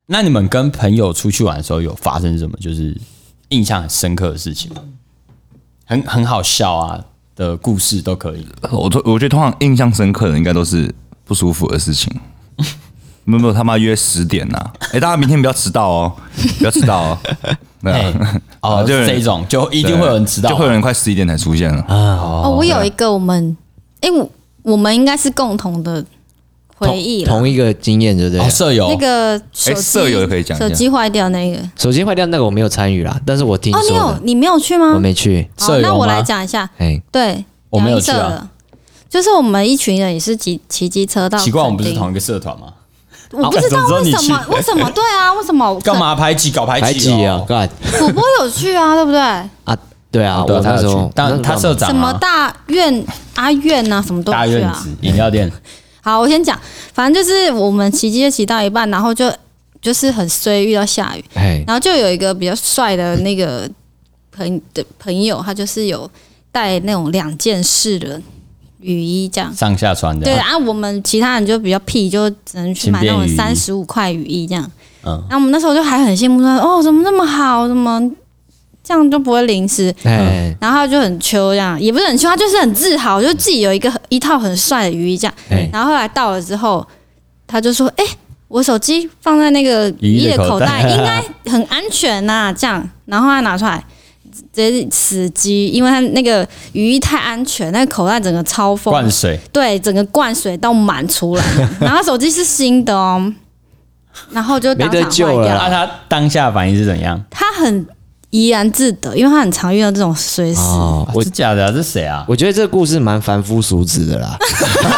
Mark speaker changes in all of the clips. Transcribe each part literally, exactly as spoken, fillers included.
Speaker 1: 那你们跟朋友出去玩的时候有发生什么就是印象很深刻的事情吗？很很好笑啊的故事都可以。
Speaker 2: 我我觉得通常印象深刻的应该都是不舒服的事情。没有没有他妈约十点呐、啊！哎、欸，大家明天不要迟到哦，不要迟到哦。对啊，
Speaker 1: 哦，就这一种就一定会有人迟到，
Speaker 2: 就会有人快十一点才出现了啊。
Speaker 3: 哦，我有一个我们，哎、欸，我我们应该是共同的回忆
Speaker 4: 同，同一个经验，对不对？
Speaker 1: 哦，舍友
Speaker 3: 那个手机、
Speaker 2: 欸、舍友可以讲，
Speaker 3: 手机坏掉那个，
Speaker 4: 手机坏掉那个我没有参与啦，但是我听说
Speaker 3: 哦，你有你没有去吗？
Speaker 4: 我没去。
Speaker 3: 好，那我来讲一下。
Speaker 4: 哎，
Speaker 3: 对，
Speaker 1: 我没有去啊。
Speaker 3: 就是我们一群人也是骑骑机车到，
Speaker 1: 奇怪，我们不是同一个社团吗？
Speaker 3: 我不知道为什么，为什么？对啊，为什么？
Speaker 1: 干嘛排挤？搞排
Speaker 4: 挤啊！干，
Speaker 3: 主播有去啊，对不对？
Speaker 4: 啊，对啊，我那时候，
Speaker 1: 但他社长
Speaker 3: 什么大院阿院啊，什么都去啊。
Speaker 1: 大院子饮料店。
Speaker 3: 好，我先讲，反正就是我们骑机车骑到一半，然后就就是很衰，遇到下雨，然后就有一个比较帅的那个朋的朋友，他就是有带那种两件式的雨衣这样
Speaker 1: 上下穿的。
Speaker 3: 对啊，我们其他人就比较屁，就只能去买那种三十五块雨衣这样。嗯，然后我们那时候就还很羡慕他，哦，怎么那么好，怎么这样就不会淋湿？嗯，然后他就很秋这样，也不是很秋，他就是很自豪，就自己有一个一套很帅的雨衣这样。然后后来到了之后，他就说：“哎、欸，我手机放在那个雨衣的口袋，应该很安全呐、啊。”这样，然后他拿出来。直接死机，因为他那个雨衣太安全，那个口袋整个超封，
Speaker 1: 灌水，
Speaker 3: 对，整个灌水到满出来，然后手机是新的哦，然后就当场坏掉了。
Speaker 1: 那他当下反应是怎样？
Speaker 3: 他很怡然自得，因为他很常遇到这种衰事。
Speaker 4: 哦，
Speaker 1: 我是假的、啊，这是谁啊？
Speaker 4: 我觉得这个故事蛮凡夫俗子的啦。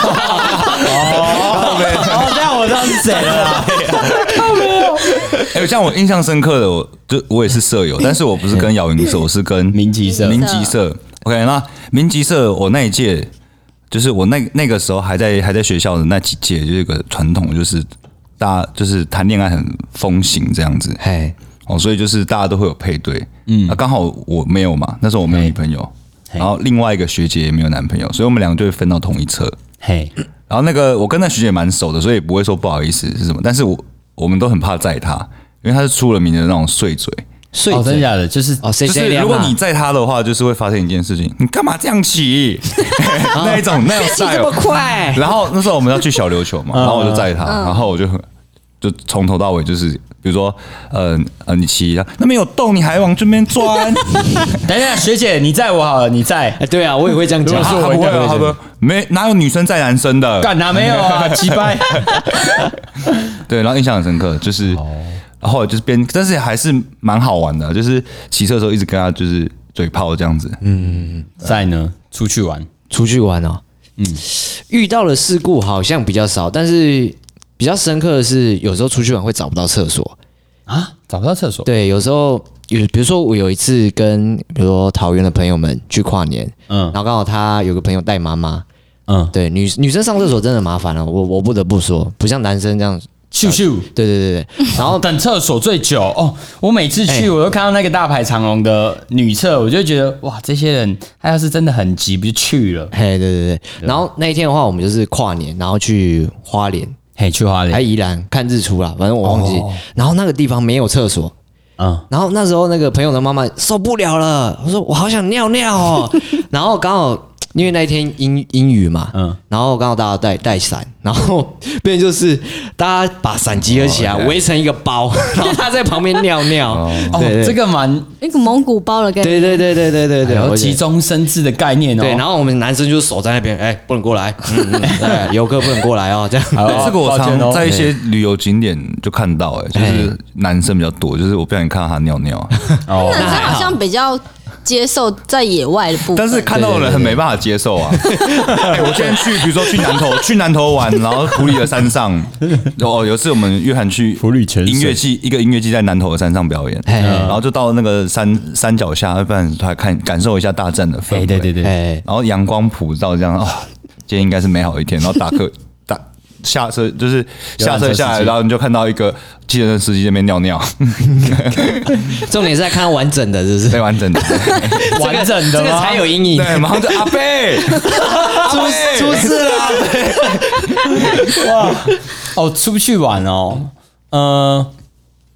Speaker 1: 哦，这样我知道是谁了啦。
Speaker 2: 哎、欸，像我印象深刻的，我就我也是舍友，但是我不是跟姚云社，我是跟
Speaker 1: 民集社。
Speaker 2: 民集社 ，OK， 那民集社我那一届，就是我那那个时候还在还在学校的那几届，就是一个传统，就是大家就是谈恋爱很风行这样子，嘿，哦，所以就是大家都会有配对，嗯，啊，刚好我没有嘛，那时候我没有女朋友，然后另外一个学姐也没有男朋友，所以我们两个就会分到同一侧，嘿，然后那个我跟那学姐蛮熟的，所以也不会说不好意思是什么，但是我我们都很怕载她。因为他是出了名的那种碎嘴，
Speaker 4: 碎嘴，
Speaker 1: 哦，真的假的？就是
Speaker 4: 哦，
Speaker 2: 就是如果你载他的话，就是会发生一件事情，你干嘛这样骑？那一种那种
Speaker 4: 骑这么快。
Speaker 2: 然后那时候我们要去小琉球嘛，然后我就载他，然后我就就从头到尾就是，比如说，呃呃，你骑，那边有洞，你还往这边钻。
Speaker 1: 等一下，学姐，你载我好了，你载。
Speaker 4: 哎，对啊，我也会这样讲。
Speaker 2: 他不会啊，他不会，没哪有女生载男生的？
Speaker 1: 干哪没有啊？鸡掰。
Speaker 2: 对，然后印象很深刻，就是。后来就是边，但是还是蛮好玩的，就是骑车的时候一直跟他就是嘴炮这样子。
Speaker 4: 嗯，
Speaker 1: 在呢，出去玩，
Speaker 4: 出去玩哦。嗯，遇到的事故好像比较少，但是比较深刻的是，有时候出去玩会找不到厕所
Speaker 1: 啊，找不到厕所。
Speaker 4: 对，有时候有，比如说我有一次跟比如说桃园的朋友们去跨年，嗯，然后刚好他有个朋友带妈妈，嗯，对，女女生上厕所真的麻烦了，我我不得不说，不像男生这样。
Speaker 1: 咻咻，
Speaker 4: 对对对对，然后
Speaker 1: 等厕所最久哦。我每次去，我都看到那个大排长龙的女厕，我就觉得哇，这些人他要是真的很急，不就去了？
Speaker 4: 嘿，对对对。然后那一天的话，我们就是跨年，然后去花莲，
Speaker 1: 嘿，去花莲，
Speaker 4: 还宜兰看日出啦，反正我忘记。然后那个地方没有厕所，嗯，然后那时候那个朋友的妈妈受不了了，我说我好想尿尿哦，然后刚好。因为那一天阴阴雨嘛，嗯，然后刚好大家带带伞，然后变就是大家把伞集合起来，围成一个包，然后他在旁边尿尿。
Speaker 1: 哦，对这个蛮
Speaker 3: 一个蒙古包的概念。
Speaker 4: 对对对对对对对，
Speaker 1: 有急中生智的概念哦。
Speaker 4: 对，然后我们男生就守在那边，哎，不能过来，嗯嗯，对，游客不能过来哦，这样。
Speaker 2: 这个我常在一些旅游景点就看到，哎，就是男生比较多，就是我不小心看到他尿尿。
Speaker 3: 哦，男生好像比较。接受在野外的部分，
Speaker 2: 但是看到的人很没办法接受啊。欸、我今天去，比如说去南投，去南投玩，然后埔里的山上，哦，有一次我们约翰去
Speaker 1: 埔里泉
Speaker 2: 音乐季，一个音乐季在南投的山上表演，然后就到那个山山脚下，不然来看感受一下大战的氛围，
Speaker 1: 对对对，
Speaker 2: 然后阳光普照这样，哦，今天应该是美好一天，然后打客打。下车就是下车下来，然后你就看到一个计程车司机在那边尿尿。
Speaker 4: 重点是在看到完整的，是不是？
Speaker 2: 对，完整的，
Speaker 1: 完整的，
Speaker 4: 这个才有阴影。
Speaker 2: 对，马上就阿贝，
Speaker 4: 出出事了。
Speaker 1: 哇，哦，出去玩哦，呃，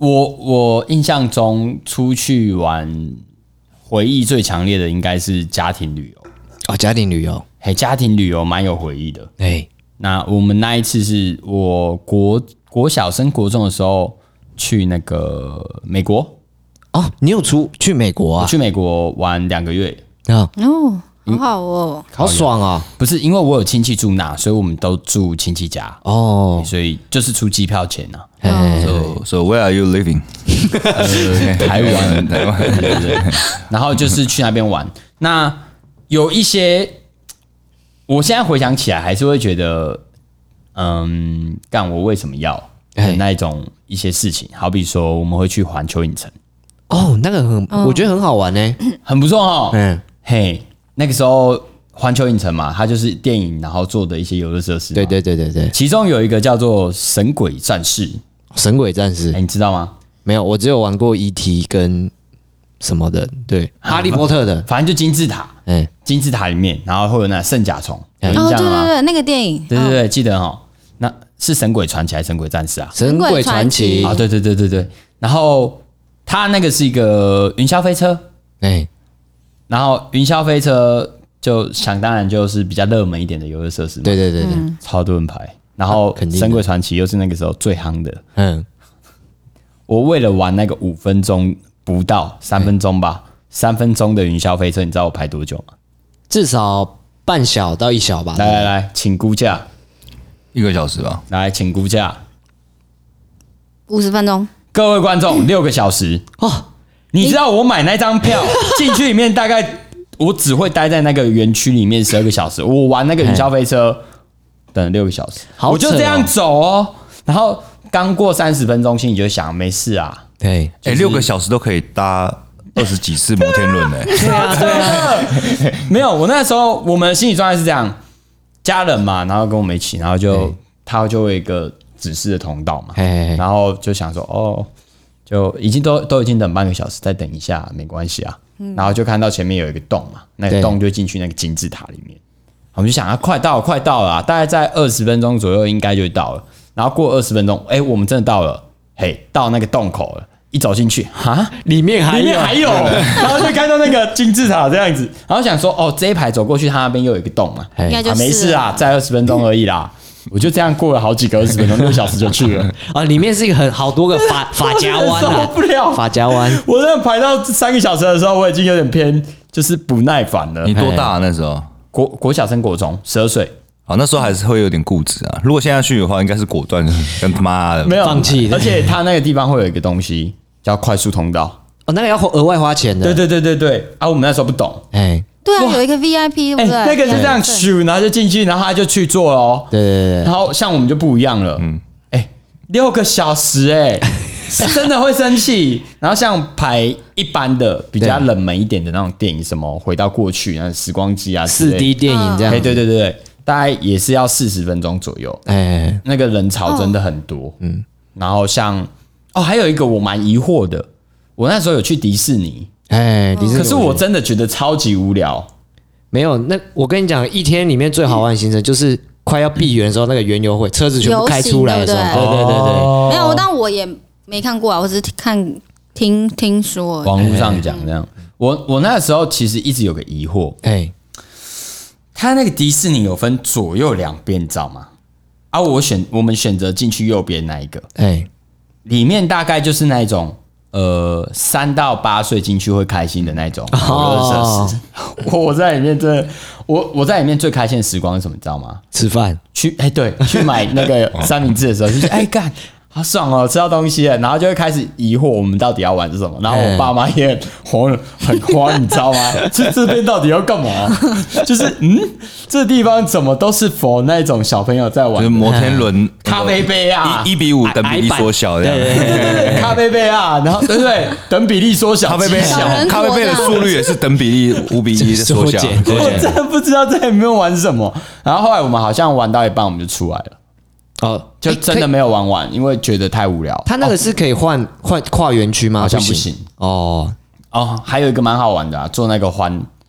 Speaker 1: 我我印象中出去玩，回忆最强烈的应该是家庭旅游。
Speaker 4: 哦，家庭旅游，
Speaker 1: 嘿，家庭旅游蛮有回忆的。
Speaker 4: 哎，
Speaker 1: 那我们那一次是我国国小升国中的时候去那个美国。
Speaker 4: 哦，你有出去美国啊？
Speaker 1: 我去美国玩两个月。
Speaker 4: 啊，
Speaker 3: 哦，好好哦，
Speaker 4: 好爽啊！
Speaker 1: 不是因为我有亲戚住那，所以我们都住亲戚家。
Speaker 4: 哦，
Speaker 1: 所以就是出机票钱呐、啊。
Speaker 4: 哎，
Speaker 2: So so where are you living？
Speaker 1: 呃，台湾，台湾，对对对。然后就是去那边玩。那有一些，我现在回想起来，还是会觉得，嗯，干我为什么要的那一种一些事情，好比说我们会去环球影城。
Speaker 4: 哦，那个很，
Speaker 3: 哦
Speaker 4: 我觉得很好玩呢，
Speaker 1: 很不错哦。
Speaker 4: 嗯，
Speaker 1: 嘿，那个时候环球影城嘛，它就是电影然后做的一些游乐设施。
Speaker 4: 对对对对对，
Speaker 1: 其中有一个叫做《神鬼战士》，
Speaker 4: 神鬼战士
Speaker 1: 哎，，你知道吗？
Speaker 4: 没有，我只有玩过 E T 跟什么的，对，哈利波特的，
Speaker 1: 反正就金字塔，
Speaker 4: 哎，
Speaker 1: 金字塔里面，然后会有那圣甲虫，有印
Speaker 3: 哦，对
Speaker 1: 象吗？
Speaker 3: 对对，那个电影，
Speaker 1: 对对对，记得哦。那是神鬼传奇还是神鬼战士啊？
Speaker 4: 神鬼传奇
Speaker 1: 啊，对对对对对。然后它那个是一个云霄飞车，
Speaker 4: 哎，
Speaker 1: 然后云霄飞车就想当然就是比较热门一点的游乐设施嘛，
Speaker 4: 对对对对，
Speaker 1: 超多人排。然后
Speaker 4: 肯定的
Speaker 1: 神鬼传奇又是那个时候最夯的。
Speaker 4: 嗯，
Speaker 1: 我为了玩那个五分钟不到三分钟吧，三分钟的云霄飞车，你知道我排多久吗？
Speaker 4: 至少半小到一小吧。
Speaker 1: 来来来，请估价，
Speaker 2: 一个小时吧。
Speaker 1: 来请估价，
Speaker 3: 五十分钟，
Speaker 1: 各位观众，六个小时
Speaker 4: 哦，
Speaker 1: 你知道我买那张票进去里面大概我只会待在那个园区里面十二个小时，我玩那个云霄飞车等了六个小时，
Speaker 4: 好扯哦
Speaker 1: 我就这样走哦，然后刚过三十分钟，心里就想没事啊，
Speaker 4: 对，
Speaker 2: 哎，六个小时都可以搭二十几次摩天轮呢。
Speaker 4: 对啊对啊，
Speaker 1: 没有，我那时候我们心理状态是这样，家人嘛，然后跟我们一起，然后就他就会有一个指示的通道嘛，
Speaker 4: 嘿嘿嘿
Speaker 1: 然后就想说哦，就已经都都已经等半个小时，再等一下没关系啊，然后就看到前面有一个洞嘛，那个
Speaker 4: 对
Speaker 1: 洞就进去那个金字塔里面，我们就想啊，快到了，快到了啊，大概在二十分钟左右应该就到了，然后过二十分钟，哎，我们真的到了，嘿，到那个洞口了。一走进去，哈，
Speaker 4: 里面还有
Speaker 1: 里面还有，然后就看到那个金字塔这样子，然后想说，哦，这一排走过去，它那边又有一个洞嘛，
Speaker 4: 嘿
Speaker 1: 啊，
Speaker 3: 应该就是
Speaker 1: 没事啊，再二十分钟而已啦。我就这样过了好几个二十分钟，六小时就去了，
Speaker 4: 啊，里面是一个很好多个发发夹弯
Speaker 1: 受
Speaker 4: 啊，
Speaker 1: 不了。
Speaker 4: 发夹弯，
Speaker 1: 我真的排到三个小时的时候，我已经有点偏，就是不耐烦了
Speaker 2: 你。多大啊那时候？
Speaker 1: 国国小升国中，十二岁，
Speaker 2: 好，那时候还是会有点固执啊。如果现在去的话，应该是果断跟他妈的
Speaker 1: 没有
Speaker 4: 放弃的
Speaker 1: 而且它那个地方会有一个东西叫快速通道。
Speaker 4: 哦，那个要额外花钱的，
Speaker 1: 对对对对对，啊，我们那时候不懂，
Speaker 4: 哎，
Speaker 3: 对啊，有一个 V I P，对
Speaker 1: 哎、
Speaker 3: 不对？
Speaker 1: 那个是这样
Speaker 3: 对
Speaker 1: 咻，然后就进去，然后他就去做了哦。
Speaker 4: 对对对
Speaker 1: 然后像我们就不一样了，嗯，哎，六个小时、哎，真的会生气。然后像排一般的比较冷门一点的那种电影，什么回到过去那时光机啊，
Speaker 4: 四 D 电影这样
Speaker 1: 哎，，对对对对，大概也是要四十分钟左右。
Speaker 4: 哎，
Speaker 1: 那个人潮真的很多，嗯。然后像哦，还有一个我蛮疑惑的，我那时候有去迪士尼，
Speaker 4: 哎，迪士尼
Speaker 1: 可是我真的觉得超级无聊。
Speaker 4: 没有，那我跟你讲，一天里面最好玩的行程就是快要闭园的时候，那个园游会车子全部开出来的时候，
Speaker 3: 游
Speaker 4: 对对对对，
Speaker 3: 没有，但我也没看过啊，我只是看听听说。
Speaker 1: 网络上讲这样，我我那时候其实一直有个疑惑，
Speaker 4: 哎，
Speaker 1: 他那个迪士尼有分左右两边，你知道吗？啊，我选我们选择进去右边那一个，
Speaker 4: 哎，
Speaker 1: 里面大概就是那一种呃三到八岁进去会开心的那种游乐设施。我我在里面真的，我我在里面最开心的时光是什么？你知道吗？
Speaker 4: 吃饭，
Speaker 1: 去哎、对，去买那个三明治的时候，就是哎干。好爽哦，吃到东西了，然后就会开始疑惑我们到底要玩是什么。然后我爸妈也很慌，很慌，你知道吗？去这边到底要干嘛？就是嗯，这地方怎么都是否那种小朋友在玩
Speaker 2: 就是摩天轮
Speaker 1: 咖啡杯啊，
Speaker 2: 一一比五等比例缩小这样。
Speaker 1: 对对对，咖啡杯啊，然后对不对？等比例缩小，
Speaker 2: 咖啡杯
Speaker 3: 小人
Speaker 2: 咖啡杯的速率也是等比例五比一的缩小。
Speaker 4: 缩减缩减
Speaker 1: 我真的不知道在里面玩什么。然后后来我们好像玩到一半，我们就出来了。
Speaker 4: 哦，
Speaker 1: 就真的没有玩完，因为觉得太无聊。
Speaker 4: 他那个是可以换换跨园区吗？
Speaker 1: 好像不行
Speaker 4: 哦。
Speaker 1: 哦，还有一个蛮好玩的啊，坐那个环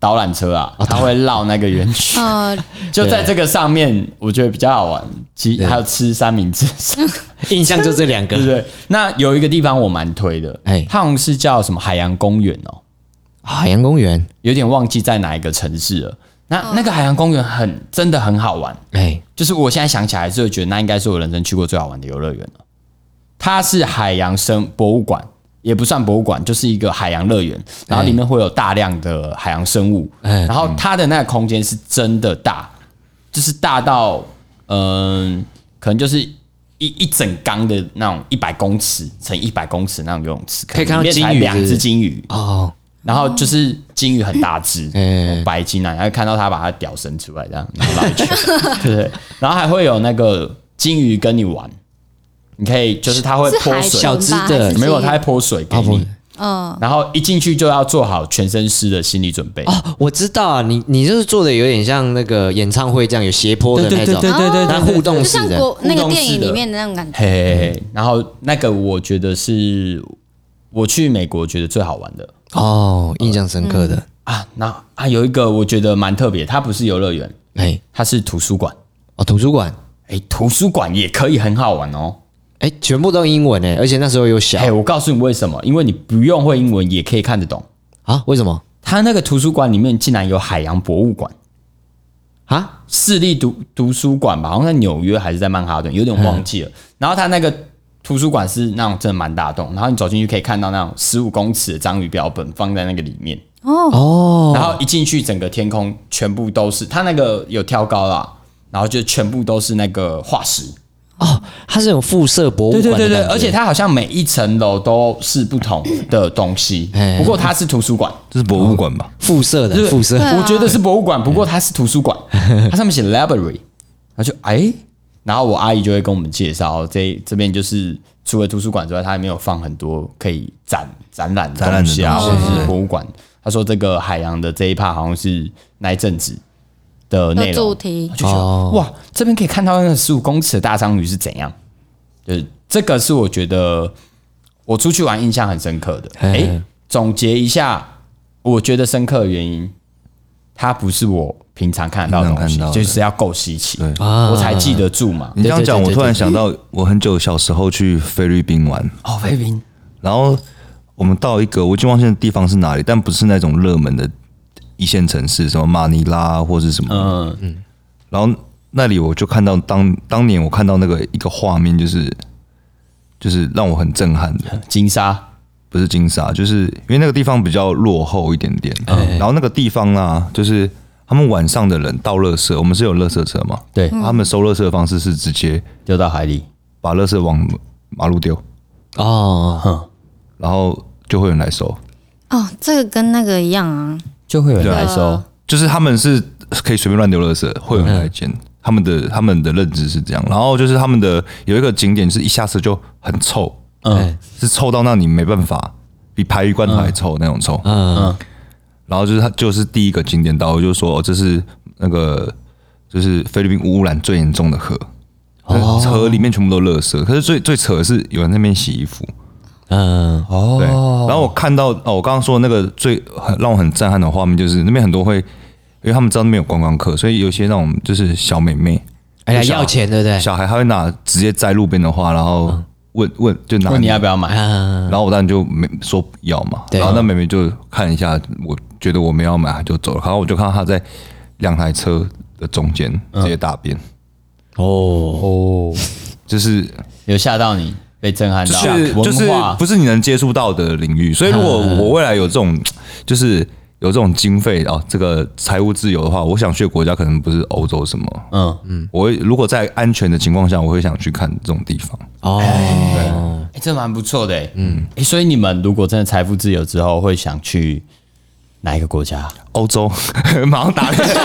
Speaker 1: 导览车啊，它会绕那个园区，就在这个上面，我觉得比较好玩。其实还有吃三明治，
Speaker 4: 印象就这两个，
Speaker 1: 对不对？那有一个地方我蛮推的，哎，它好像是叫什么海洋公园哦，
Speaker 4: 海洋公园
Speaker 1: 有点忘记在哪一个城市了。那那个海洋公园很真的很好玩，哎，就是我现在想起来，就觉得那应该是我人生去过最好玩的游乐园了。它是海洋生博物馆。也不算博物馆，就是一个海洋乐园，然后里面会有大量的海洋生物，然后它的那个空间是真的大，就是大到嗯、呃，可能就是一一整缸的那种一百公尺乘一百公尺那种游泳池，
Speaker 4: 可以看到金鱼，
Speaker 1: 两只金鱼
Speaker 4: 哦，
Speaker 1: 然后就是金鱼很大只，白金啊，然后看到它把它屌伸出来这样，然后绕一圈，对不对？然后还会有那个金鱼跟你玩。你可以，就是它会泼水，
Speaker 4: 小只的
Speaker 1: 没有，它会泼水给你。嗯，然后一进去就要做好全身湿的心理准备。
Speaker 4: 哦，我知道啊，你你就是做的有点像那个演唱会这样有斜坡的那种，
Speaker 1: 对对对对对，
Speaker 4: 互动式的，
Speaker 3: 就像那个电影里面的那种感觉。
Speaker 1: 嘿嘿嘿，然后那个我觉得是我去美国觉得最好玩的
Speaker 4: 哦，印象深刻的
Speaker 1: 啊。那啊有一个我觉得蛮特别，它不是游乐园，哎，它是图书馆。
Speaker 4: 哦，图书馆，
Speaker 1: 哎，图书馆也可以很好玩哦。
Speaker 4: 哎，全部都英文哎，而且那时候有小。
Speaker 1: 哎，我告诉你为什么？因为你不用会英文也可以看得懂
Speaker 4: 啊？为什么？
Speaker 1: 他那个图书馆里面竟然有海洋博物馆啊？市立图图书馆吧，好像在纽约还是在曼哈顿，有点忘记了。嗯、然后他那个图书馆是那种真的蛮大栋，然后你走进去可以看到那种十五公尺的章鱼标本放在那个里面哦哦，然后一进去整个天空全部都是，他那个有挑高啦，然后就全部都是那个化石。
Speaker 4: 哦，它是有附设博物馆的，
Speaker 1: 对对对对，而且它好像每一层楼都是不同的东西。不过它是图书馆，
Speaker 2: 这是博物馆吧？
Speaker 4: 附设的，附设。
Speaker 1: 我觉得是博物馆，不过它是图书馆，它上面写 library， 然后就哎，然后我阿姨就会跟我们介绍，这这边就是除了图书馆之外，它还没有放很多可以展展览的东西啊，或者是博物馆。他说这个海洋的这一 part 好像是那一阵子的内容，
Speaker 3: 主题
Speaker 1: 就觉得、哦、哇，这边可以看到那个十五公尺的大章鱼是怎样，就是这个是我觉得我出去玩印象很深刻的。哎、欸，总结一下，我觉得深刻的原因，它不是我平常看得到的东西，就是要够稀奇，我才记得住嘛。
Speaker 2: 你这样讲，我突然想到，我很久小时候去菲律宾玩
Speaker 1: 哦，菲律宾，
Speaker 2: 然后我们到一个我已经忘记的地方是哪里，但不是那种热门的一线城市，什么马尼拉或是什么，嗯嗯，然后那里我就看到当当年我看到那个一个画面，就是就是让我很震撼的
Speaker 1: 金沙，
Speaker 2: 不是金沙，就是因为那个地方比较落后一点点，嗯、然后那个地方啊，就是他们晚上的人倒垃圾，我们是有垃圾车嘛，
Speaker 1: 对，
Speaker 2: 他们收垃圾的方式是直接
Speaker 1: 丢到海里，
Speaker 2: 把垃圾往马路丢，哦，哼，然后就会有人来收。
Speaker 3: 哦，这个跟那个一样啊。
Speaker 1: 就会有人来收，
Speaker 2: 就是他们是可以随便乱丢垃圾，会有人来捡。他们的他们的认知是这样，然后就是他们的有一个景点是一下车就很臭，嗯，是臭到那你没办法，比排鱼罐头还臭那种臭，嗯嗯。然后就是它就是第一个景点到，我就说、哦、这是那个就是菲律宾污染最严重的河，哦、河里面全部都垃圾。可是最最扯的是有人在那边洗衣服。嗯哦，对，然后我看到哦，我刚刚说的那个最让我很震撼的画面，就是那边很多会，因为他们知道那边有观光客，所以有些那种就是小妹妹，
Speaker 4: 哎呀要钱对不对？
Speaker 2: 小孩他会拿直接摘路边的花，然后问问就拿
Speaker 1: 问你要不要买，
Speaker 2: 然后我当然就没说要嘛，然后那妹妹就看一下，我觉得我没要买，她就走了，然后我就看到她在两台车的中间直接大便，哦哦，就是
Speaker 1: 有吓到你。被震撼到，
Speaker 2: 就是就是不是你能接触到的领域，所以如果我未来有这种就是有这种经费哦，这个财务自由的话，我想去的国家可能不是欧洲什么，嗯嗯，我会如果在安全的情况下，我会想去看这种地方。哦，
Speaker 1: 对，哎，这蛮不错的，嗯，哎，所以你们如果真的财富自由之后，会想去哪一个国家？
Speaker 2: 欧洲，马上打脸。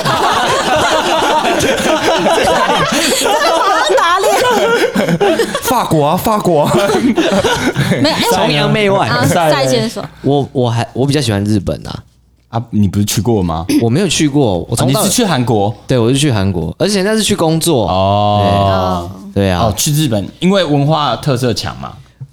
Speaker 3: 打脸，
Speaker 2: 法国啊，法国啊，
Speaker 3: 没
Speaker 4: 崇洋媚外。
Speaker 3: 再先说，
Speaker 4: 我我还我比较喜欢日本啊
Speaker 1: 啊！你不是去过吗？
Speaker 4: 我没有去过，我从、
Speaker 1: 啊、你是去韩国？
Speaker 4: 对，我是去韩国，而且那是去工作
Speaker 1: 哦。
Speaker 4: 对, 对啊、
Speaker 1: 哦，去日本，因为文化特色强嘛。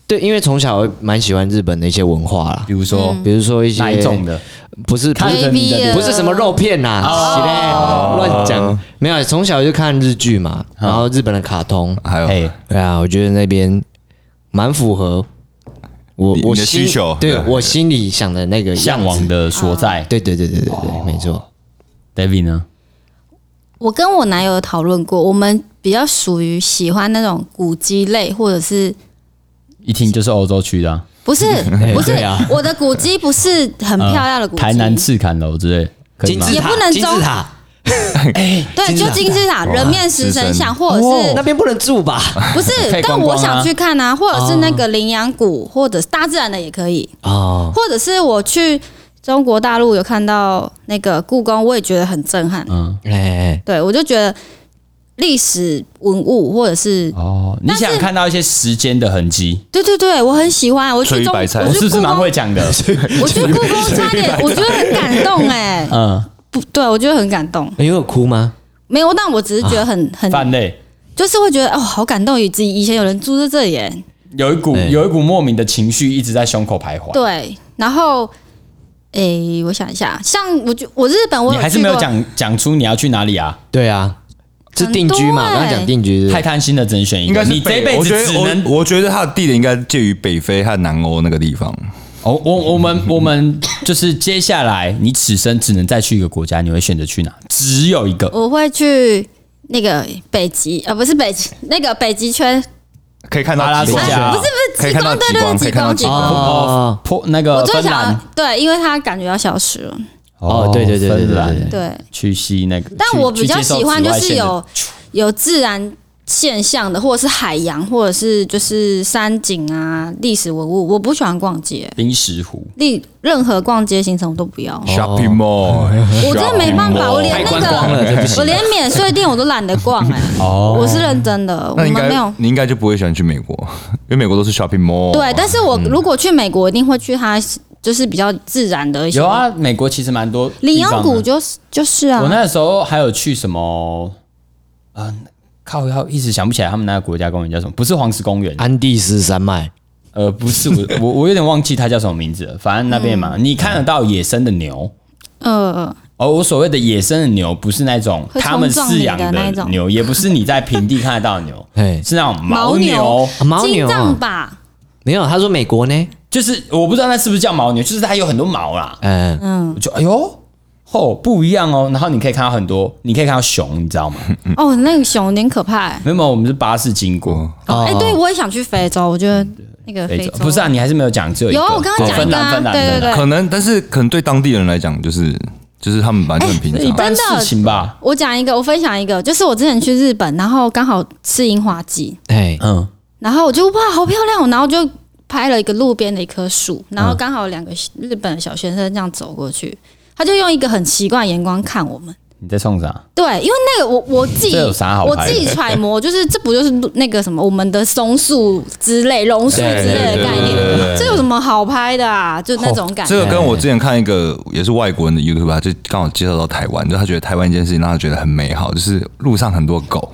Speaker 4: 对，因为从小蛮喜欢日本的一些文化啦，
Speaker 1: 比如说，
Speaker 4: 比如说一些
Speaker 1: 哪一种的，
Speaker 4: 不是不是不是什么肉片呐，乱讲，没有，从小就看日剧嘛，然后日本的卡通，
Speaker 2: 还有
Speaker 4: 对啊，我觉得那边蛮符合我我
Speaker 2: 的需求，
Speaker 4: 对我心里想的那个
Speaker 1: 向往的所在，
Speaker 4: 对对对对对对，没错。
Speaker 1: David 呢？
Speaker 3: 我跟我男友讨论过，我们比较属于喜欢那种古迹类，或者是
Speaker 1: 一听就是欧洲区的、啊，
Speaker 3: 不是不是、啊、我的古迹不是很漂亮的古迹，
Speaker 1: 呃、台南赤坎楼之类，
Speaker 4: 金字塔
Speaker 3: 也不能
Speaker 4: 金字塔。
Speaker 3: 哎，对，就金字塔人面狮身像，或者是
Speaker 4: 那边不能住吧？
Speaker 3: 不是，但我想去看啊，或者是那个羚羊谷，或者是大自然的也可以哦，或者是我去中国大陆有看到那个故宫，我也觉得很震撼。嗯，哎，对我就觉得历史文物或者是
Speaker 1: 哦，你想看到一些时间的痕迹？
Speaker 3: 对对对，我很喜欢。我去中，我
Speaker 1: 是不是蛮会讲的？
Speaker 3: 我去故宫差点，我觉得很感动哎。嗯，不对，我觉得很感动。
Speaker 4: 你有哭吗？
Speaker 3: 没有，但我只是觉得很很
Speaker 1: 泛泪，
Speaker 3: 就是会觉得哦，好感动，以及以前有人住在这里耶，
Speaker 1: 有一股有一股莫名的情绪一直在胸口徘徊。
Speaker 3: 对，然后。诶，我想一下，像我就我日本我有去过，
Speaker 1: 你还是没有讲讲出你要去哪里啊？
Speaker 4: 对啊，是定居嘛？刚刚讲定居，
Speaker 1: 太贪心了，只能选一个。应该是你这辈子只能，
Speaker 2: 我觉得它的地点应该介于北非和南欧那个地方。
Speaker 1: 哦，我我们我们就是接下来，你此生只能再去一个国家，你会选择去哪？只有一个，
Speaker 3: 我会去那个北极，呃，不是北极，那个北极圈。
Speaker 2: 可以看到极光，
Speaker 3: 不是不是极光，对对，极光极光
Speaker 1: 哦，破那个芬兰，
Speaker 3: 对，因为它感觉要消失了。
Speaker 4: 哦，对对对对
Speaker 3: 对对，
Speaker 1: 去吸那个。
Speaker 3: 但我比较喜欢就是有有自然现象的，或者是海洋，或者是就是山景啊、历史文物。我不喜欢逛街，
Speaker 1: 冰石湖，
Speaker 3: 历任何逛街行程我都不要。
Speaker 2: Shopping mall，
Speaker 3: 我真的没办法，我连那个我连免税店我都懒得逛哎。哦，我是认真的。
Speaker 2: 那应该没有，你应该就不会喜欢去美国，因为美国都是 shopping mall。
Speaker 3: 对，但是我如果去美国，一定会去它就是比较自然的一些。
Speaker 1: 有啊，美国其实蛮多
Speaker 3: 羚羊谷就是就是啊。
Speaker 1: 我那时候还有去什么啊？靠，要一直想不起来他们那个国家公园叫什么？不是黄石公园，
Speaker 4: 安第斯山脉。
Speaker 1: 呃，不是，我我我有点忘记它叫什么名字了。反正那边嘛，嗯、你看得到野生的牛。呃。哦，我所谓的野生的牛，不是那种他们饲养的牛，也不是你在平地看得到的牛，是那种牦牛、
Speaker 4: 牦牛
Speaker 3: 啊吧？
Speaker 4: 没有，他说美国呢，
Speaker 1: 就是我不知道那是不是叫牦牛，就是它有很多毛啦。嗯嗯，我就哎呦。哦，不一样哦。然后你可以看到很多，你可以看到熊，你知道吗？
Speaker 3: 哦，那个熊有点可怕。
Speaker 1: 没有，我们是巴士经过。
Speaker 3: 哦，哎，对，我也想去非洲。我觉得那个非洲
Speaker 1: 不是啊，你还是没有讲，只有一个。
Speaker 3: 有，我刚刚讲
Speaker 1: 芬兰，芬兰，
Speaker 3: 对对对。
Speaker 2: 可能，但是可能对当地人来讲，就是就是他们本来就很平常，
Speaker 1: 一般事情吧。
Speaker 3: 我讲一个，我分享一个，就是我之前去日本，然后刚好吃樱花季，哎，嗯，然后我就哇，好漂亮，然后就拍了一个路边的一棵树，然后刚好两个日本的小学生这样走过去。他就用一个很奇怪的眼光看我们。
Speaker 1: 你在冲啥？
Speaker 3: 对，因为那个我我自己我自己揣摩，就是这不就是那个什么我们的松树之类、榕树之类的概念？这有什么好拍的啊？就那种感觉。
Speaker 2: 这个跟我之前看一个也是外国人的 YouTube， 他就刚好介绍到台湾，就他觉得台湾一件事情让他觉得很美好，就是路上很多狗。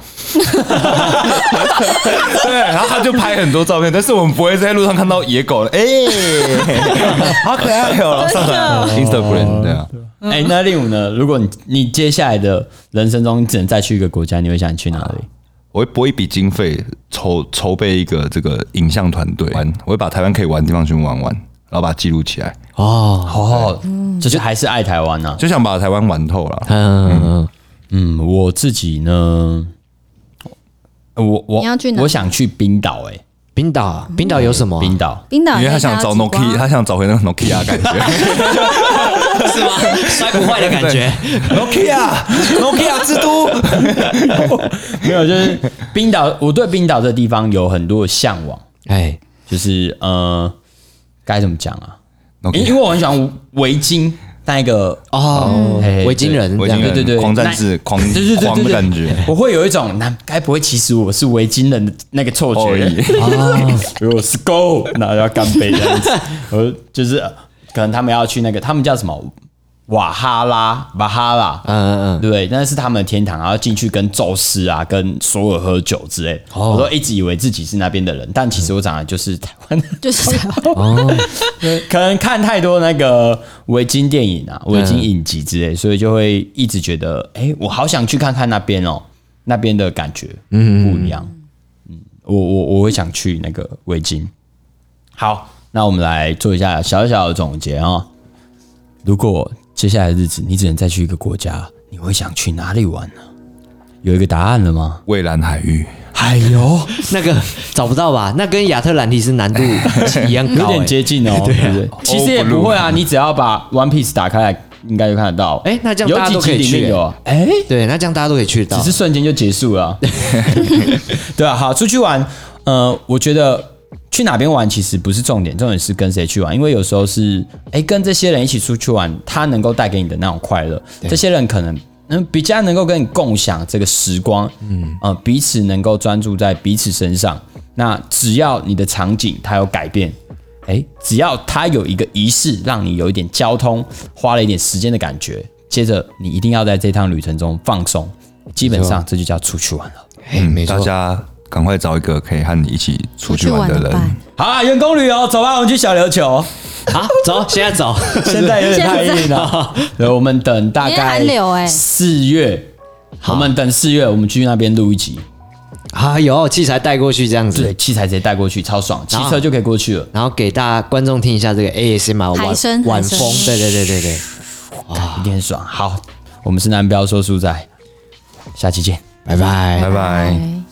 Speaker 2: 对，然后他就拍很多照片，但是我们不会在路上看到野狗了。哎、欸，好可爱哦！上传 Instagram 对啊。
Speaker 1: 哎、欸，那令武呢？如果你你接下来的人生中只能再去一个国家，你会想去哪里？
Speaker 2: 我会拨一笔经费筹筹备一个这个影像团队，我会把台湾可以玩的地方全部玩完，然后把它记录起来。
Speaker 1: 哦，哦，就是还是爱台湾呐、啊，
Speaker 2: 就想把台湾玩透了。
Speaker 1: 嗯嗯嗯，我自己呢，我我我想去冰岛、欸，哎。
Speaker 4: 冰岛，冰岛有什么、啊？
Speaker 1: 冰岛，
Speaker 3: 冰岛，
Speaker 2: 因为他想找 Nokia， 他想找回那个 Nokia 感觉，
Speaker 4: 是吗？摔不坏的感觉
Speaker 2: ，Nokia，Nokia 之都。
Speaker 1: 没有，就是冰岛，我对冰岛这地方有很多的向往。哎，就是呃，该怎么讲啊？因因为我很喜欢围巾。那一个
Speaker 4: 哦，维京人，
Speaker 2: 维京人，
Speaker 1: 对对对，
Speaker 2: 狂战士，狂狂的感觉，
Speaker 1: 我会有一种，那该不会其实我是维京人的那个错觉？如果是 Go， 那要干杯这样子。我就是可能他们要去那个，他们叫什么瓦哈拉，瓦哈拉，嗯嗯嗯，对，那是他们的天堂，然后进去跟宙斯啊，跟索尔喝酒之类。哦、我都一直以为自己是那边的人，但其实我长得就是台湾的，
Speaker 3: 就是台湾。哦，
Speaker 1: 可能看太多那个维京电影啊、维京影集之类，所以就会一直觉得，哎、欸，我好想去看看那边哦，那边的感觉，嗯，不一样。嗯，我我我会想去那个维京。好，那我们来做一下小小的总结哦。如果接下来的日子，你只能再去一个国家，你会想去哪里玩呢？有一个答案了吗？
Speaker 2: 蔚蓝海域。
Speaker 1: 哎呦，
Speaker 4: 那个找不到吧？那跟亚特兰蒂斯难度一样高、欸，
Speaker 1: 有点接近哦。对对对，其实也不会啊，你只要把 One Piece 打开来，应该就看得到。
Speaker 4: 哎、欸，那这样大家都可以去、欸。
Speaker 1: 有啊，哎、欸，
Speaker 4: 对，那这样大家都可以去到，
Speaker 1: 只是瞬间就结束了、啊。对啊，好，出去玩，呃，我觉得。去哪边玩其实不是重点，重点是跟谁去玩，因为有时候是哎跟这些人一起出去玩，他能够带给你的那种快乐，这些人可能嗯比较能够跟你共享这个时光，嗯呃彼此能够专注在彼此身上。那只要你的场景它有改变，哎，只要它有一个仪式，让你有一点交通花了一点时间的感觉，接着你一定要在这趟旅程中放松，基本上这就叫出去玩了。
Speaker 2: 嗯，没错，大家。赶快找一个可以和你一起出去玩的人。
Speaker 1: 好啊，员工旅游，走吧，我们去小琉球。
Speaker 4: 好，走，现在走。
Speaker 1: 现在有点太硬了。对，我们等大概四月，我们等四月，我们去那边录一集。
Speaker 4: 啊，有器材带过去这样子，
Speaker 1: 对，器材直接带过去，超爽，骑车就可以过去了。
Speaker 4: 然后给大家观众听一下这个 A S M R 晚晚风，对对对对对，
Speaker 1: 哇，一定很爽。好，我们是南标说书仔，下期见，
Speaker 4: 拜拜，
Speaker 2: 拜拜。